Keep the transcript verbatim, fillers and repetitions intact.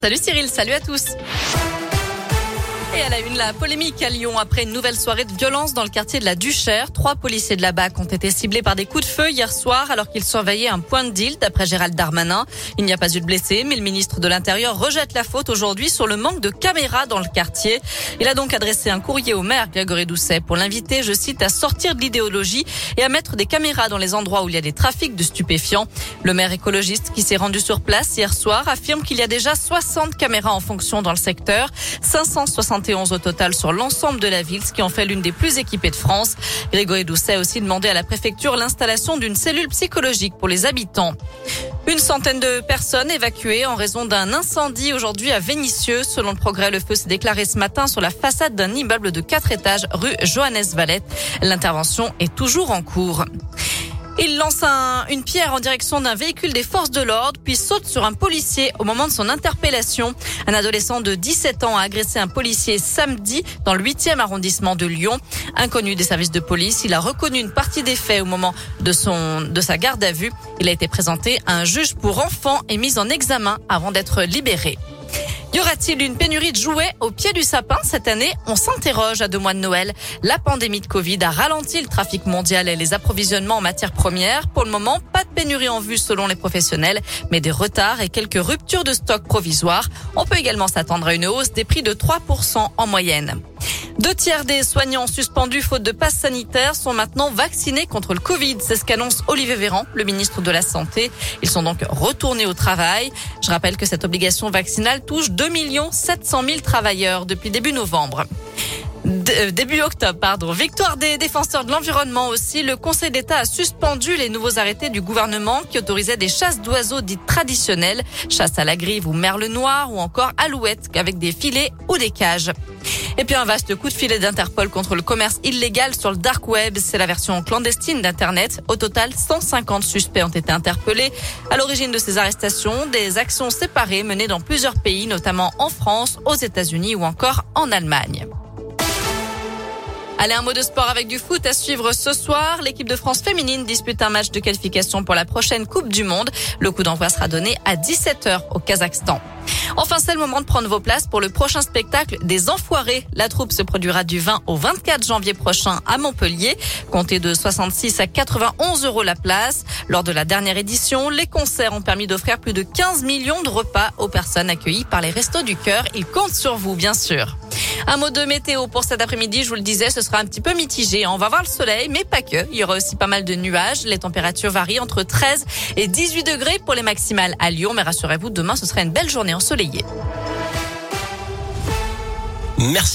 Salut Cyril, salut à tous. Et à la une, la polémique à Lyon après une nouvelle soirée de violence dans le quartier de la Duchère. Trois policiers de la B A C ont été ciblés par des coups de feu hier soir alors qu'ils surveillaient un point de deal d'après Gérald Darmanin. Il n'y a pas eu de blessés, mais le ministre de l'Intérieur rejette la faute aujourd'hui sur le manque de caméras dans le quartier. Il a donc adressé un courrier au maire Grégory Doucet pour l'inviter, je cite, à sortir de l'idéologie et à mettre des caméras dans les endroits où il y a des trafics de stupéfiants. Le maire écologiste qui s'est rendu sur place hier soir affirme qu'il y a déjà soixante caméras en fonction dans le secteur, cinq cent soixante et onze au total sur l'ensemble de la ville, ce qui en fait l'une des plus équipées de France. Grégory Doucet a aussi demandé à la préfecture l'installation d'une cellule psychologique pour les habitants. Une centaine de personnes évacuées en raison d'un incendie aujourd'hui à Vénissieux. Selon le Progrès, le feu s'est déclaré ce matin sur la façade d'un immeuble de quatre étages rue Johannes Valette. L'intervention est toujours en cours. Il lance un, une pierre en direction d'un véhicule des forces de l'ordre, puis saute sur un policier au moment de son interpellation. Un adolescent de dix-sept ans a agressé un policier samedi dans le huitième arrondissement de Lyon. Inconnu des services de police, il a reconnu une partie des faits au moment de son, de sa garde à vue. Il a été présenté à un juge pour enfants et mis en examen avant d'être libéré. Y aura-t-il une pénurie de jouets au pied du sapin cette année? On s'interroge à deux mois de Noël. La pandémie de Covid a ralenti le trafic mondial et les approvisionnements en matières premières. Pour le moment, pas de pénurie en vue selon les professionnels, mais des retards et quelques ruptures de stock provisoires. On peut également s'attendre à une hausse des prix de trois pour cent en moyenne. Deux tiers des soignants suspendus faute de passe sanitaire sont maintenant vaccinés contre le Covid. C'est ce qu'annonce Olivier Véran, le ministre de la Santé. Ils sont donc retournés au travail. Je rappelle que cette obligation vaccinale touche deux millions sept cent mille travailleurs depuis début novembre. D- début octobre, pardon. Victoire des défenseurs de l'environnement aussi. Le Conseil d'État a suspendu les nouveaux arrêtés du gouvernement qui autorisaient des chasses d'oiseaux dites traditionnelles, chasse à la grive ou merle noir ou encore alouette avec des filets ou des cages. Et puis un vaste coup de filet d'Interpol contre le commerce illégal sur le dark web. C'est la version clandestine d'Internet. Au total, cent cinquante suspects ont été interpellés. À l'origine de ces arrestations, des actions séparées menées dans plusieurs pays, notamment en France, aux États-Unis ou encore en Allemagne. Allez, un mot de sport avec du foot à suivre ce soir. L'équipe de France féminine dispute un match de qualification pour la prochaine Coupe du Monde. Le coup d'envoi sera donné à dix-sept heures au Kazakhstan. Enfin, c'est le moment de prendre vos places pour le prochain spectacle des Enfoirés. La troupe se produira du vingt au vingt-quatre janvier prochain à Montpellier. Comptez de soixante-six à quatre-vingt-onze euros la place. Lors de la dernière édition, les concerts ont permis d'offrir plus de quinze millions de repas aux personnes accueillies par les Restos du Cœur. Ils comptent sur vous, bien sûr. Un mot de météo pour cet après-midi, je vous le disais, ce sera un petit peu mitigé. On va voir le soleil, mais pas que. Il y aura aussi pas mal de nuages. Les températures varient entre treize et dix-huit degrés pour les maximales à Lyon. Mais rassurez-vous, demain, ce sera une belle journée ensoleillée. Merci.